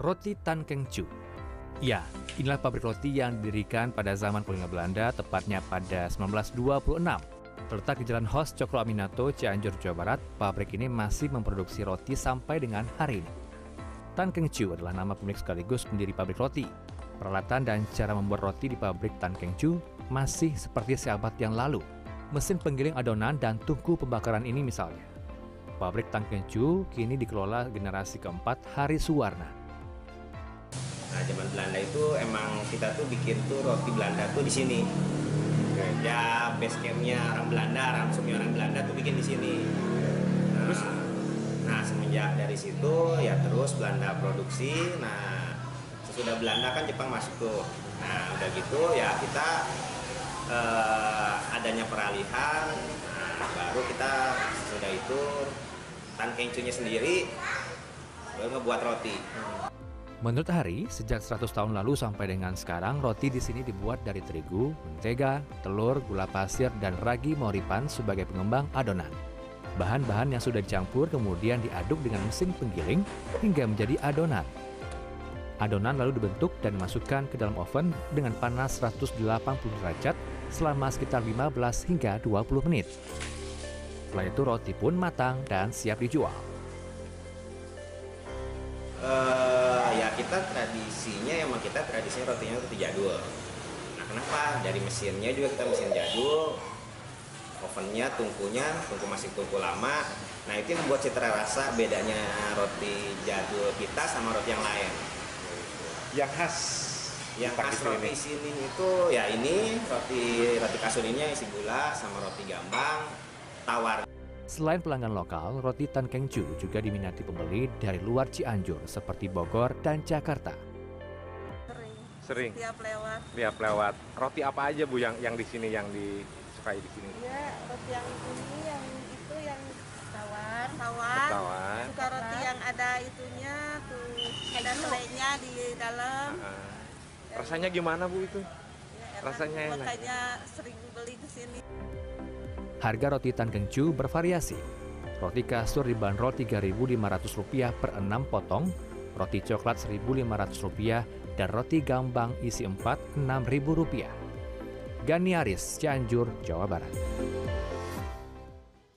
Roti Tan Keng Choo. Ya, inilah pabrik roti yang didirikan pada zaman kolonial Belanda, tepatnya pada 1926. Terletak di Jalan Hos Cokro Aminoto, Cianjur, Jawa Barat, pabrik ini masih memproduksi roti sampai dengan hari ini. Tan Keng Choo adalah nama pemilik sekaligus pendiri pabrik roti. Peralatan dan cara membuat roti di pabrik Tan Keng Choo masih seperti seabad yang lalu. Mesin penggiling adonan dan tungku pembakaran ini misalnya. Pabrik Tan Keng Choo kini dikelola generasi keempat Hari Suwarna. Nah, zaman Belanda itu emang kita tuh bikin tuh roti Belanda tuh di sini. Ya base campnya orang Belanda, ransumnya orang Belanda tuh bikin di sini. Nah, semenjak dari situ ya terus Belanda produksi. Nah, sesudah Belanda kan Jepang masuk tuh. Nah, udah gitu ya kita adanya peralihan. Nah, baru kita sesudah itu Tan Keng Choo-nya sendiri baru ngebuat roti. Menurut Hari, sejak 100 tahun lalu sampai dengan sekarang, roti di sini dibuat dari terigu, mentega, telur, gula pasir, dan ragi moripan sebagai pengembang adonan. Bahan-bahan yang sudah dicampur kemudian diaduk dengan mesin penggiling hingga menjadi adonan. Adonan lalu dibentuk dan dimasukkan ke dalam oven dengan panas 180 derajat selama sekitar 15 hingga 20 menit. Setelah itu roti pun matang dan siap dijual. Ya kita tradisinya rotinya roti jadul. Nah, kenapa? Dari mesinnya juga kita mesin jadul, ovennya, tungku masih tungku lama. Nah, itu yang membuat citra rasa bedanya roti jadul kita sama roti yang lain. Yang khas Roti sini itu ya ini roti kasur ini isi gula sama roti gambang tawar. Selain pelanggan lokal, roti Tan Keng Choo juga diminati pembeli dari luar Cianjur seperti Bogor dan Jakarta. Sering. Tiap lewat. Roti apa aja Bu yang di sini yang disukai di sini? Ya, roti yang ini, yang tawar. Suka roti yang ada itunya tuh, ada selainya di dalam. Rasanya gimana Bu itu? Ya, rasanya enak. Makanya sering beli ke sini. Harga roti Tan Keng Choo bervariasi. Roti kasur dibanderol Rp3.500 per 6 potong, roti coklat Rp1.500, dan roti gambang isi 4 Rp6.000. Gani Aris, Cianjur, Jawa Barat.